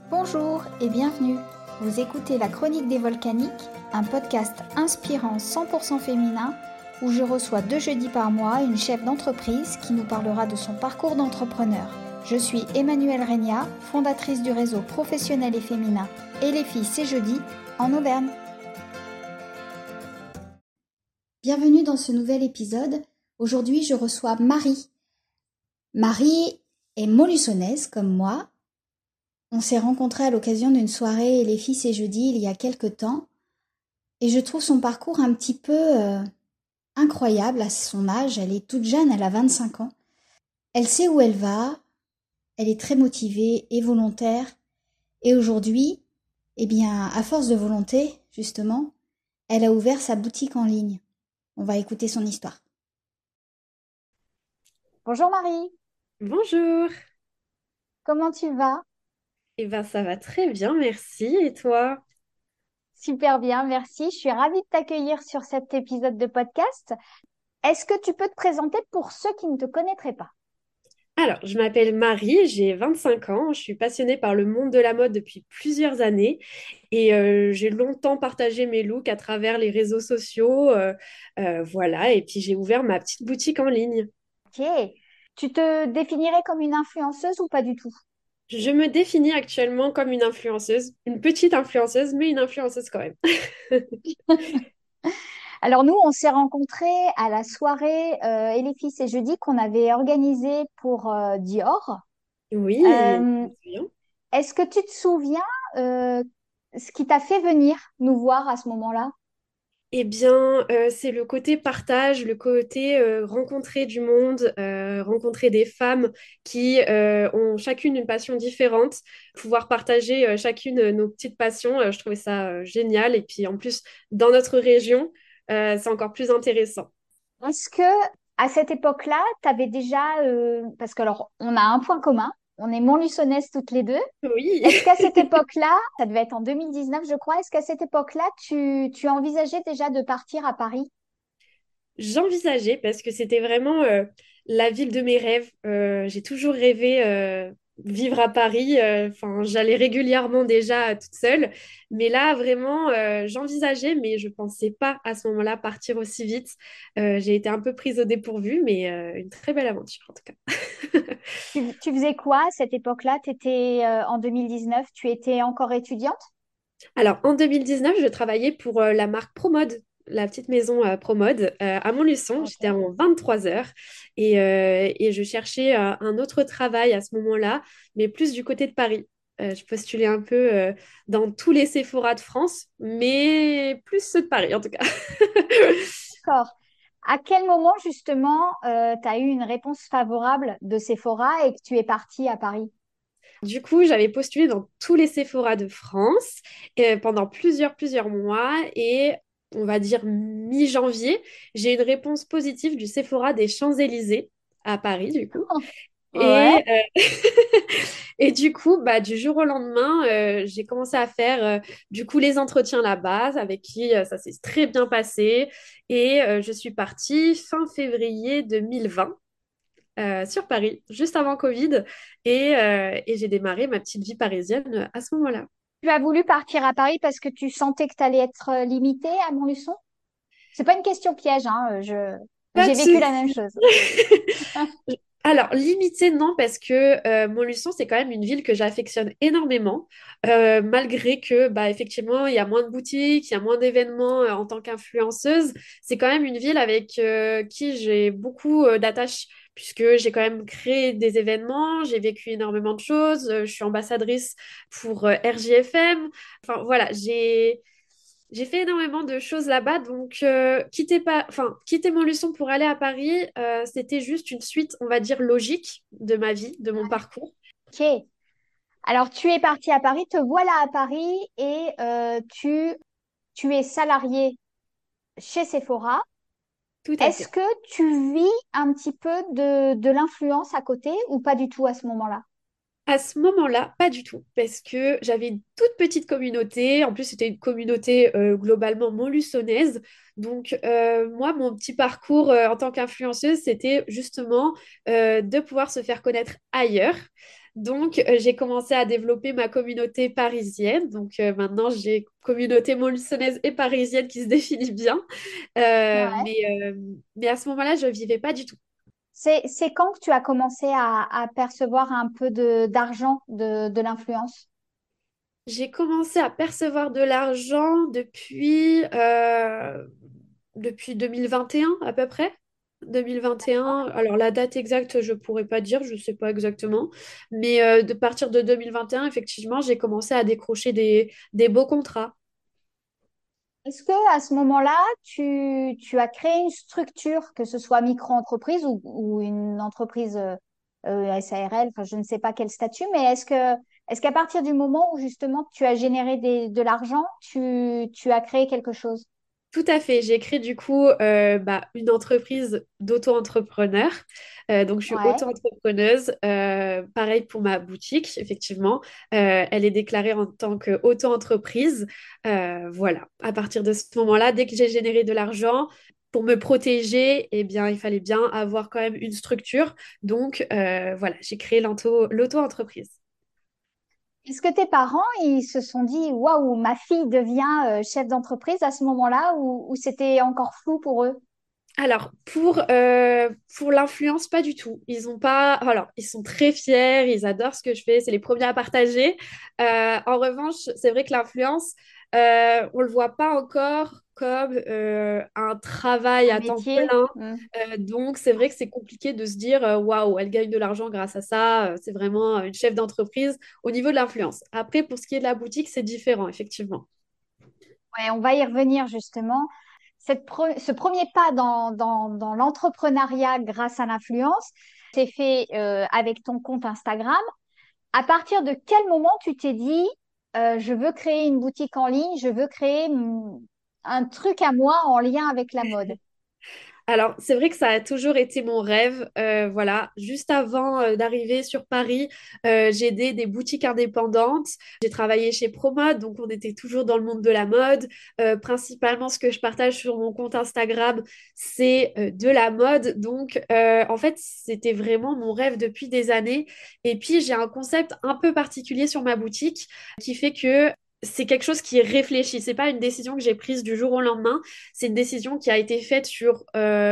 Bonjour et bienvenue. Vous écoutez La Chronique des Volcaniques, un podcast inspirant 100% féminin où je reçois 2 jeudis par mois une chef d'entreprise qui nous parlera de son parcours d'entrepreneur. Je suis Emmanuelle Regna, fondatrice du réseau professionnel et féminin Et les filles c'est jeudi en Auvergne. Bienvenue dans ce nouvel épisode. Aujourd'hui je reçois Marie. Marie est montluçonnaise comme moi. On s'est rencontrés à l'occasion d'une soirée Et les filles c'est jeudi il y a quelque temps et je trouve son parcours un petit peu incroyable à son âge. Elle est toute jeune, elle a 25 ans. Elle sait où elle va, elle est très motivée et volontaire et aujourd'hui, à force de volonté, justement, elle a ouvert sa boutique en ligne. On va écouter son histoire. Bonjour Marie, Bonjour. comment tu vas? Ça va très bien, merci. Et toi? Super bien, merci. Je suis ravie de t'accueillir sur cet épisode de podcast. Est-ce que tu peux te présenter pour ceux qui ne te connaîtraient pas? Alors, je m'appelle Marie, j'ai 25 ans, je suis passionnée par le monde de la mode depuis plusieurs années et j'ai longtemps partagé mes looks à travers les réseaux sociaux. Voilà, et puis j'ai ouvert ma petite boutique en ligne. Ok. Tu te définirais comme une influenceuse ou pas du tout? Je me définis actuellement comme une petite influenceuse, mais une influenceuse quand même. Alors nous, on s'est rencontrés à la soirée Et les filles c'est jeudi qu'on avait organisée pour Dior. Oui, je Euh, me souviens. Est-ce que tu te souviens euh, ce qui t'a fait venir nous voir à ce moment-là? Eh bien, c'est le côté partage, le côté rencontrer du monde, rencontrer des femmes qui ont chacune une passion différente, pouvoir partager chacune nos petites passions. Je trouvais ça génial. Et puis en plus, dans notre région, c'est encore plus intéressant. Est-ce que à cette époque-là, tu avais déjà, parce que alors on a un point commun, on est montluçonnaises toutes les deux. Oui. Est-ce qu'à cette époque-là, ça devait être en 2019, je crois, est-ce qu'à cette époque-là, tu envisageais déjà de partir à Paris? J'envisageais parce que c'était vraiment la ville de mes rêves. J'ai toujours rêvé vivre à Paris. Enfin, j'allais régulièrement déjà toute seule, mais là vraiment j'envisageais, mais je pensais pas à ce moment-là partir aussi vite. J'ai été un peu prise au dépourvu, mais une très belle aventure en tout cas. Tu faisais quoi à cette époque-là? Tu étais en 2019, tu étais encore étudiante? Alors, en 2019, je travaillais pour la marque Promode, la petite maison Promode à Montluçon. Ok. J'étais en 23 heures et je cherchais un autre travail à ce moment-là, mais plus du côté de Paris. Je postulais un peu dans tous les Sephora de France, mais plus ceux de Paris en tout cas. D'accord. À quel moment, justement, tu as eu une réponse favorable de Sephora et que tu es partie à Paris? Du coup, j'avais postulé dans tous les Sephora de France pendant plusieurs mois et on va dire mi-janvier, j'ai une réponse positive du Sephora des Champs-Élysées à Paris, du coup. Ouais. Et, et du coup, bah, du jour au lendemain, j'ai commencé à faire du coup les entretiens là-bas avec qui ça s'est très bien passé. Et je suis partie fin février 2020 sur Paris, juste avant Covid, et j'ai démarré ma petite vie parisienne à ce moment-là. Tu as voulu partir à Paris parce que tu sentais que tu allais être limitée à Montluçon? C'est pas une question piège, hein, Pas j'ai de vécu la même souci. chose. Alors, limité, non, parce que Montluçon, c'est quand même une ville que j'affectionne énormément, malgré que, bah, effectivement, il y a moins de boutiques, il y a moins d'événements en tant qu'influenceuse. C'est quand même une ville avec qui j'ai beaucoup d'attaches, puisque j'ai quand même créé des événements, j'ai vécu énormément de choses, je suis ambassadrice pour RJFM. Enfin, voilà, j'ai fait énormément de choses là-bas, donc quitter Montluçon pour aller à Paris, c'était juste une suite, on va dire, logique de ma vie, de mon parcours. Ok. Alors, tu es partie à Paris, te voilà à Paris et tu es salariée chez Sephora. Tout à Est-ce fait. que tu vis un petit peu de l'influence à côté ou pas du tout à ce moment-là? À ce moment-là, pas du tout, parce que j'avais une toute petite communauté. En plus, c'était une communauté globalement montluçonnaise. Donc, moi, mon petit parcours en tant qu'influenceuse, c'était justement de pouvoir se faire connaître ailleurs. Donc, j'ai commencé à développer ma communauté parisienne. Donc, maintenant, j'ai une communauté montluçonnaise et parisienne qui se définit bien. Euh, Ouais. mais, euh, mais à ce moment-là, je ne vivais pas du tout. C'est quand que tu as commencé à percevoir un peu d'argent de l'influence? J'ai commencé à percevoir de l'argent depuis 2021 à peu près. 2021, alors la date exacte, je pourrais pas dire, je sais pas exactement. Mais de partir de 2021, effectivement, j'ai commencé à décrocher des beaux contrats. Est-ce que à ce moment-là, tu as créé une structure, que ce soit micro-entreprise ou une entreprise SARL, enfin, je ne sais pas quel statut, mais est-ce qu'à partir du moment où justement tu as généré de l'argent, tu as créé quelque chose? Tout à fait. J'ai créé du coup une entreprise d'auto-entrepreneur. Donc, je suis Ouais. auto-entrepreneuse. Pareil pour ma boutique, effectivement. Elle est déclarée en tant qu'auto-entreprise. Voilà. À partir de ce moment-là, dès que j'ai généré de l'argent, pour me protéger, eh bien, il fallait bien avoir quand même une structure. Donc, voilà, j'ai créé l'auto-entreprise. Est-ce que tes parents, ils se sont dit, waouh, ma fille devient chef d'entreprise à ce moment-là ou c'était encore flou pour eux? Alors, pour l'influence, pas du tout. Ils ont pas. Alors, ils sont très fiers, ils adorent ce que je fais, c'est les premiers à partager. En revanche, c'est vrai que l'influence, on le voit pas encore comme un travail Un à temps métier? plein. Hmm. Donc, c'est vrai que c'est compliqué de se dire waouh, elle gagne de l'argent grâce à ça. C'est vraiment une chef d'entreprise au niveau de l'influence. Après, pour ce qui est de la boutique, c'est différent, effectivement. Ouais, on va y revenir justement. Ce premier pas dans l'entrepreneuriat grâce à l'influence, c'est fait avec ton compte Instagram. À partir de quel moment tu t'es dit, je veux créer une boutique en ligne, je veux créer un truc à moi en lien avec la mode? Alors, c'est vrai que ça a toujours été mon rêve. Voilà, juste avant d'arriver sur Paris, j'ai aidé des boutiques indépendantes. J'ai travaillé chez Promode, donc on était toujours dans le monde de la mode. Principalement, ce que je partage sur mon compte Instagram, c'est de la mode. Donc, en fait, c'était vraiment mon rêve depuis des années. Et puis, j'ai un concept un peu particulier sur ma boutique qui fait que c'est quelque chose qui est réfléchi. C'est pas une décision que j'ai prise du jour au lendemain. C'est une décision qui a été faite sur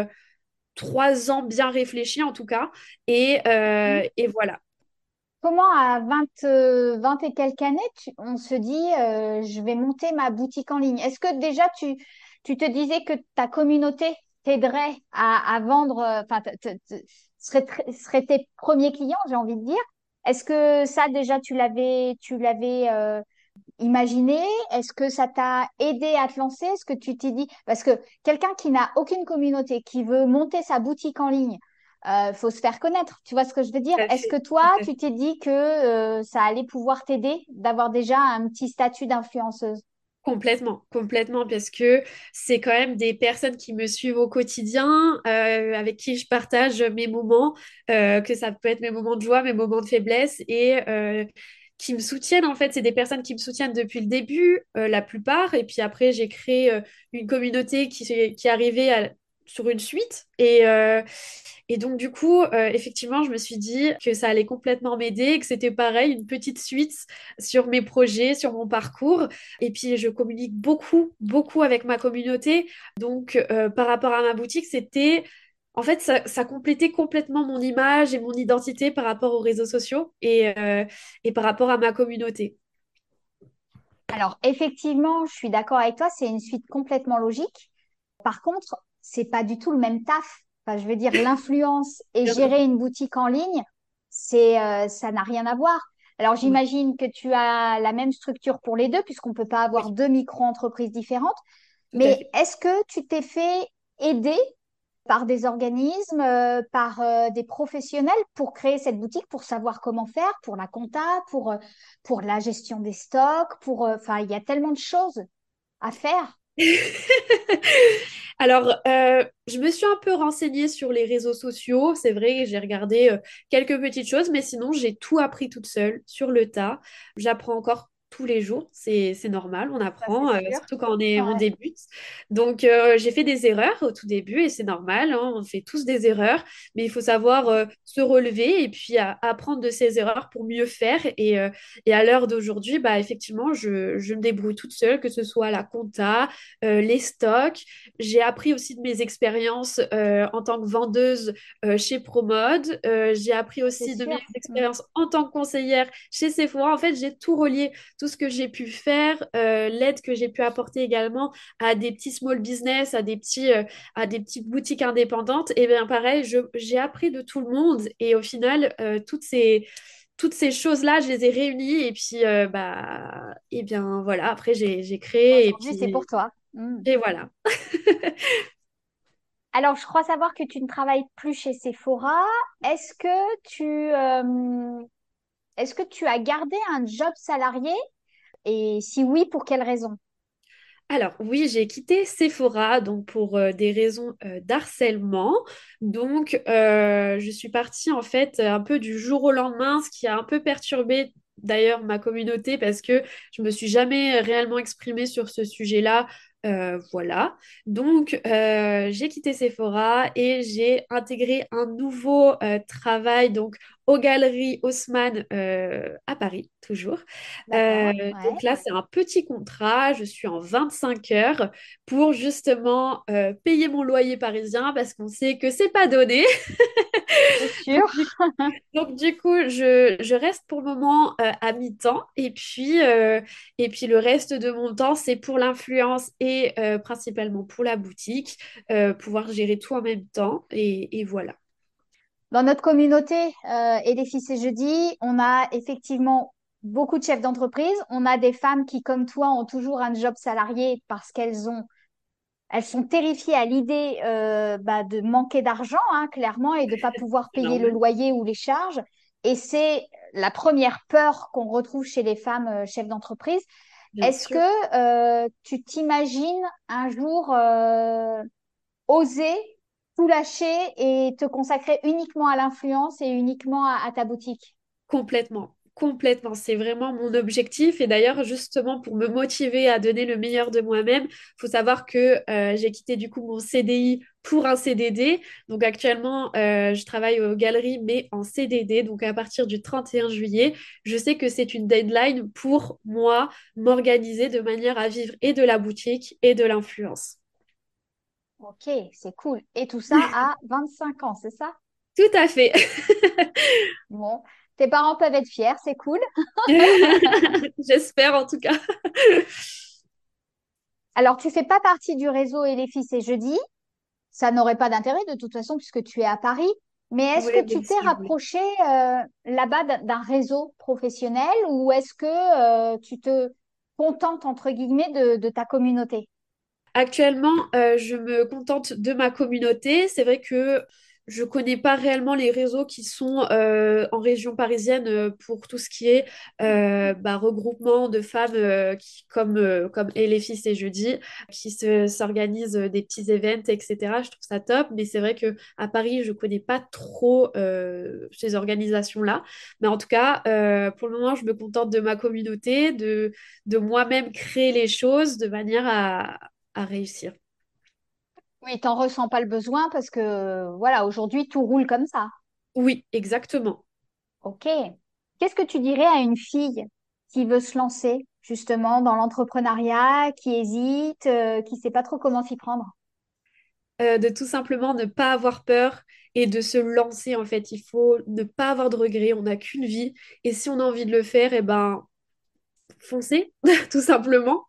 3 ans bien réfléchis en tout cas. Et voilà. Comment à 20 et quelques années, on se dit, je vais monter ma boutique en ligne. Est-ce que déjà tu te disais que ta communauté t'aiderait à vendre, enfin, serait tes premiers clients, j'ai envie de dire. Est-ce que ça déjà tu l'avais imaginé? Est-ce que ça t'a aidé à te lancer? Est-ce que tu t'es dit, parce que quelqu'un qui n'a aucune communauté, qui veut monter sa boutique en ligne, faut se faire connaître. Tu vois ce que je veux dire? Tout à Est-ce fait, que toi, tout à fait. tu t'es dit que ça allait pouvoir t'aider d'avoir déjà un petit statut d'influenceuse? Complètement, complètement, parce que c'est quand même des personnes qui me suivent au quotidien, avec qui je partage mes moments, que ça peut être mes moments de joie, mes moments de faiblesse, et qui me soutiennent en fait. C'est des personnes qui me soutiennent depuis le début, la plupart, et puis après j'ai créé une communauté qui est arrivée sur une suite, et donc, du coup, effectivement, je me suis dit que ça allait complètement m'aider, que c'était pareil, une petite suite sur mes projets, sur mon parcours. Et puis, je communique beaucoup, beaucoup avec ma communauté. Donc, par rapport à ma boutique, c'était... En fait, ça complétait complètement mon image et mon identité par rapport aux réseaux sociaux et par rapport à ma communauté. Alors, effectivement, je suis d'accord avec toi, c'est une suite complètement logique. Par contre, c'est pas du tout le même taf. Enfin, je veux dire, l'influence et gérer une boutique en ligne, ça n'a rien à voir. Alors, Ouais, j'imagine que tu as la même structure pour les deux, puisqu'on peut pas avoir oui, deux micro-entreprises différentes. tout à Mais fait. est-ce que tu t'es fait aider par des organismes, par des professionnels pour créer cette boutique, pour savoir comment faire, pour la compta, pour la gestion des stocks, enfin, il y a tellement de choses à faire. Alors, je me suis un peu renseignée sur les réseaux sociaux. C'est vrai, j'ai regardé quelques petites choses, mais sinon, j'ai tout appris toute seule, sur le tas. J'apprends encore tous les jours. C'est normal, on Ça, c'est apprend, sûr. surtout quand on Ouais. débute. Donc, j'ai fait des erreurs au tout début et c'est normal, hein, on fait tous des erreurs, mais il faut savoir se relever et puis apprendre de ces erreurs pour mieux faire. Et à l'heure d'aujourd'hui, bah, effectivement, je me débrouille toute seule, que ce soit la compta, les stocks. J'ai appris aussi de mes expériences en tant que vendeuse chez Promode. J'ai appris C'est aussi de mes sûr. expériences en tant que conseillère chez Sephora. En fait, j'ai tout relié, tout ce que j'ai pu faire, l'aide que j'ai pu apporter également à des petits small business, à des petites boutiques indépendantes. Et bien pareil, j'ai appris de tout le monde et au final, toutes ces choses-là, je les ai réunies et puis bah et bien voilà, après j'ai créé Aujourd'hui, c'est pour toi. Mm. et voilà. Alors, je crois savoir que tu ne travailles plus chez Sephora. Est-ce que tu, est-ce que tu as gardé un job salarié? Et si oui, pour quelle raison? Alors oui, j'ai quitté Sephora donc pour des raisons d'harcèlement. Donc je suis partie en fait un peu du jour au lendemain, ce qui a un peu perturbé d'ailleurs ma communauté parce que je me suis jamais réellement exprimée sur ce sujet-là. Voilà. Donc j'ai quitté Sephora et j'ai intégré un nouveau travail donc aux Galeries Haussmann à Paris toujours. D'accord, ouais. Donc là, c'est un petit contrat. Je suis en 25 heures pour justement payer mon loyer parisien parce qu'on sait que c'est pas donné. C'est Donc, sûr. du coup, je reste pour le moment à mi-temps et puis le reste de mon temps, c'est pour l'influence et principalement pour la boutique, pouvoir gérer tout en même temps et voilà. Dans notre communauté, et les filles c'est jeudi, on a effectivement beaucoup de chefs d'entreprise. On a des femmes qui, comme toi, ont toujours un job salarié parce elles sont terrifiées à l'idée de manquer d'argent, hein, clairement, et de pas pouvoir C'est payer le normal, loyer ou les charges. Et c'est la première peur qu'on retrouve chez les femmes chefs d'entreprise. bien Est-ce sûr. que tu t'imagines un jour oser tout lâcher et te consacrer uniquement à l'influence et uniquement à ta boutique? Complètement, complètement. C'est vraiment mon objectif. Et d'ailleurs, justement, pour me motiver à donner le meilleur de moi-même, faut savoir que j'ai quitté du coup mon CDI pour un CDD. Donc actuellement, je travaille aux galeries, mais en CDD. Donc à partir du 31 juillet, je sais que c'est une deadline pour moi, m'organiser de manière à vivre et de la boutique et de l'influence. Ok, c'est cool. Et tout ça à 25 ans, c'est ça? Tout à fait. Bon, tes parents peuvent être fiers, c'est cool. J'espère en tout cas. Alors, tu fais pas partie du réseau et les filles, c'est jeudi. Ça n'aurait pas d'intérêt de toute façon puisque tu es à Paris. Mais est-ce Oui, que tu bien t'es sûr, oui. rapproché là-bas d'un réseau professionnel ou est-ce que tu te contentes, entre guillemets, de ta communauté? Actuellement, je me contente de ma communauté. C'est vrai que je connais pas réellement les réseaux qui sont en région parisienne pour tout ce qui est regroupement de femmes comme Et les filles c'est jeudi, s'organisent des petits events, etc. Je trouve ça top, mais c'est vrai que à Paris, je connais pas trop ces organisations-là. Mais en tout cas, pour le moment, je me contente de ma communauté, de moi-même créer les choses de manière à réussir. Oui, t'en ressens pas le besoin parce que voilà, aujourd'hui tout roule comme ça. Oui, exactement. Ok. Qu'est-ce que tu dirais à une fille qui veut se lancer justement dans l'entrepreneuriat, qui hésite, qui sait pas trop comment s'y prendre? De tout simplement ne pas avoir peur et de se lancer en fait. Il faut ne pas avoir de regrets, on n'a qu'une vie et si on a envie de le faire, eh ben foncez, tout simplement.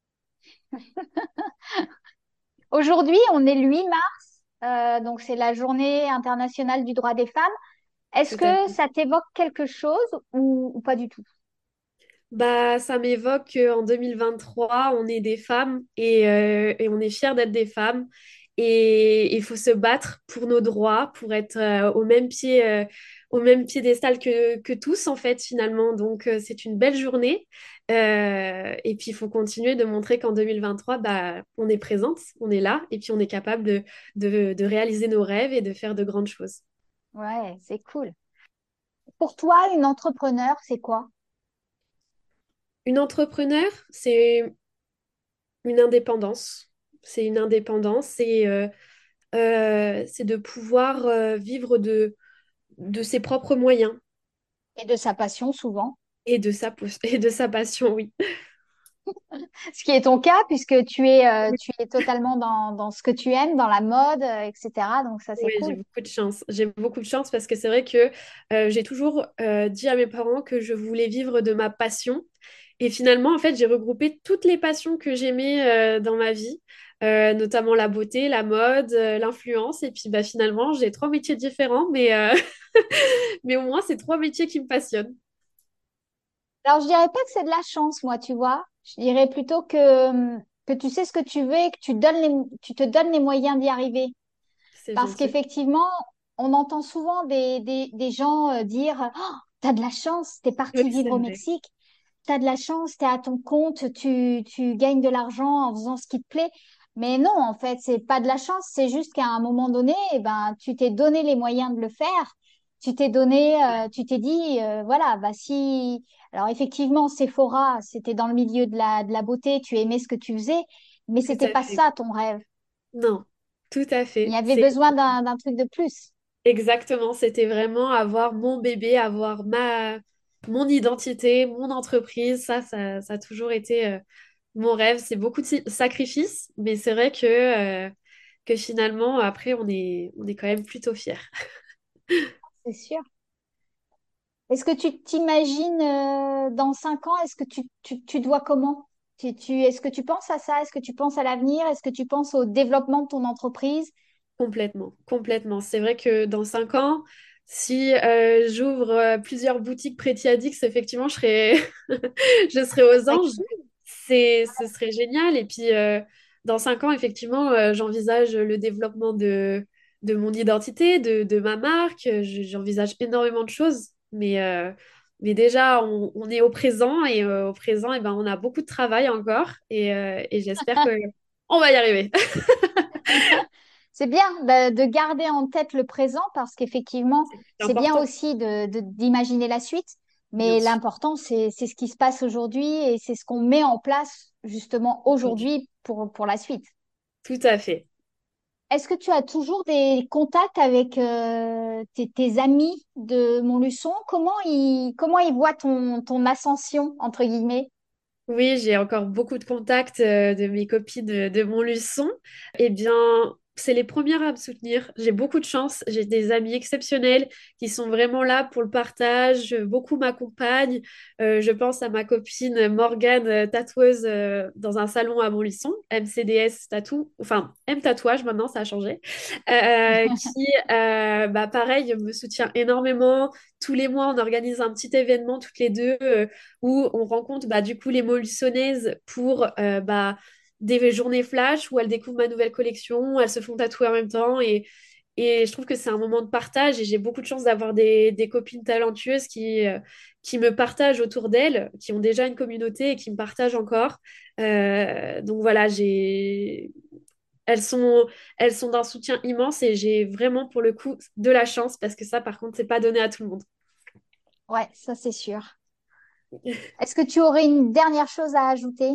Aujourd'hui, on est le 8 mars, donc c'est la journée internationale du droit des femmes. Est-ce Tout à que fait. ça t'évoque quelque chose ou pas du tout? Bah, ça m'évoque qu'en 2023, on est des femmes et on est fiers d'être des femmes. Et il faut se battre pour nos droits, pour être au même piédestal que tous, en fait, finalement. Donc, c'est une belle journée. Et puis, il faut continuer de montrer qu'en 2023, bah, on est présente, on est là, et puis on est capable de réaliser nos rêves et de faire de grandes choses. Ouais, c'est cool. Pour toi, une entrepreneur, c'est quoi? Une entrepreneur, une indépendance. C'est une indépendance, c'est de pouvoir vivre de ses propres moyens Et de sa passion souvent. et de sa passion, oui. Ce qui est ton cas, puisque tu es totalement dans ce que tu aimes, dans la mode, etc. Donc ça, c'est Oui, j'ai cool. beaucoup de chance. J'ai beaucoup de chance parce que c'est vrai que j'ai toujours dit à mes parents que je voulais vivre de ma passion. Et finalement, en fait, j'ai regroupé toutes les passions que j'aimais dans ma vie, notamment la beauté, la mode, l'influence. Et puis bah, finalement, j'ai trois métiers différents, mais au moins, c'est trois métiers qui me passionnent. Alors, je dirais pas que c'est de la chance, moi, tu vois. Je dirais plutôt que tu sais ce que tu veux et que tu te donnes les moyens d'y arriver. C'est Parce gentil. qu'effectivement, on entend souvent des gens dire, oh, t'as de la chance, t'es Oui, parti c'est vivre au vrai. Mexique. T'as de la chance, t'es à ton compte, tu gagnes de l'argent en faisant ce qui te plaît. Mais non, en fait, c'est pas de la chance, c'est juste qu'à un moment donné, eh ben, tu t'es donné les moyens de le faire. Tu t'es dit, voilà, bah si. Alors effectivement, Sephora, c'était dans le milieu de la beauté, tu aimais ce que tu faisais, mais Tout c'était à pas fait. ça ton rêve. Non, tout à Il y fait. avait C'est besoin d'un truc de plus. exactement, c'était vraiment avoir mon bébé, avoir mon identité, mon entreprise. Ça a toujours été mon rêve. C'est beaucoup de sacrifices, mais c'est vrai que finalement, après, on est quand même plutôt fiers. C'est sûr. Est-ce que tu t'imagines dans 5 ans, est-ce que tu te vois comment? Est-ce que tu penses à ça? Est-ce que tu penses à l'avenir? Est-ce que tu penses au développement de ton entreprise? Complètement, complètement. C'est vrai que dans 5 ans, si j'ouvre plusieurs boutiques Pretty Addicts, effectivement, je serai Ça aux serait anges. cool. Ce serait génial. Et puis, dans 5 ans, effectivement, j'envisage le développement de mon identité, de ma marque. J'envisage énormément de choses. Mais déjà, on est au présent et au présent, eh ben, on a beaucoup de travail encore et j'espère que on va y arriver. C'est bien de garder en tête le présent parce qu'effectivement, C'est c'est bien important, aussi d'imaginer la suite. bien Mais sûr. l'important, c'est ce qui se passe aujourd'hui et c'est ce qu'on met en place justement Aujourd'hui. aujourd'hui pour la suite. Tout à fait. Est-ce que tu as toujours des contacts avec tes amis de Montluçon? Comment ils voient ton ascension, entre guillemets? Oui, j'ai encore beaucoup de contacts de mes copines de Montluçon. Eh bien, c'est les premières à me soutenir. J'ai beaucoup de chance. J'ai des amis exceptionnels qui sont vraiment là pour le partage. Beaucoup m'accompagnent. Je pense à ma copine Morgane, tatoueuse dans un salon à Montluçon, MCDS Tattoo, enfin M Tatouage maintenant, ça a changé, qui, bah, pareil, me soutient énormément. Tous les mois, on organise un petit événement toutes les deux. Où on rencontre bah, du coup les Montluçonnaises pour bah, des journées flash où elles découvrent ma nouvelle collection, elles se font tatouer en même temps et je trouve que c'est un moment de partage et j'ai beaucoup de chance d'avoir des copines talentueuses qui me partagent autour d'elles, qui ont déjà une communauté et qui me partagent encore. Donc voilà, elles sont, elles sont d'un soutien immense et j'ai vraiment pour le coup de la chance parce que ça par contre c'est pas donné à tout le monde. Ouais, ça c'est sûr. Est-ce que tu aurais une dernière chose à ajouter?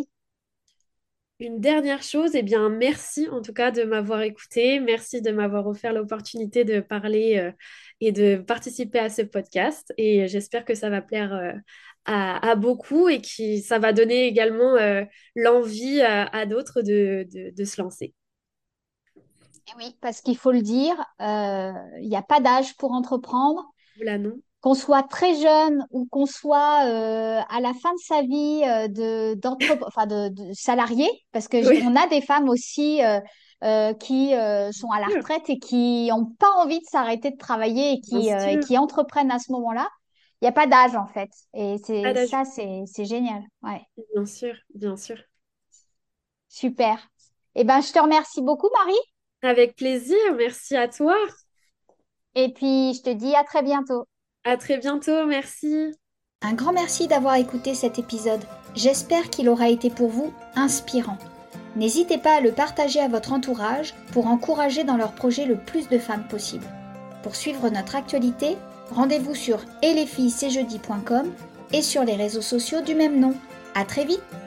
Une dernière chose, eh bien, merci en tout cas de m'avoir écouté. Merci de m'avoir offert l'opportunité de parler et de participer à ce podcast. Et j'espère que ça va plaire à beaucoup et que ça va donner également l'envie à d'autres de se lancer. Eh oui, parce qu'il faut le dire, il n'y a pas d'âge pour entreprendre. Voilà, non? Qu'on soit très jeune ou qu'on soit à la fin de sa vie enfin de salarié, parce que Oui, on a des femmes aussi qui sont à la bien sûr. retraite et qui n'ont pas envie de s'arrêter de travailler Bien et sûr. qui entreprennent à ce moment-là. Il n'y a pas d'âge en fait. Et Pas d'âge. c'est génial. Ouais, Bien sûr, bien sûr. super. Eh ben, je te remercie beaucoup, Marie. Avec plaisir. Merci à toi. Et puis, je te dis à très bientôt. À très bientôt. Merci. Un grand merci d'avoir écouté cet épisode. J'espère qu'il aura été pour vous inspirant. N'hésitez pas à le partager à votre entourage pour encourager dans leur projet le plus de femmes possible. Pour suivre notre actualité, rendez-vous sur etlesfillescestjeudi.com et sur les réseaux sociaux du même nom. À très vite!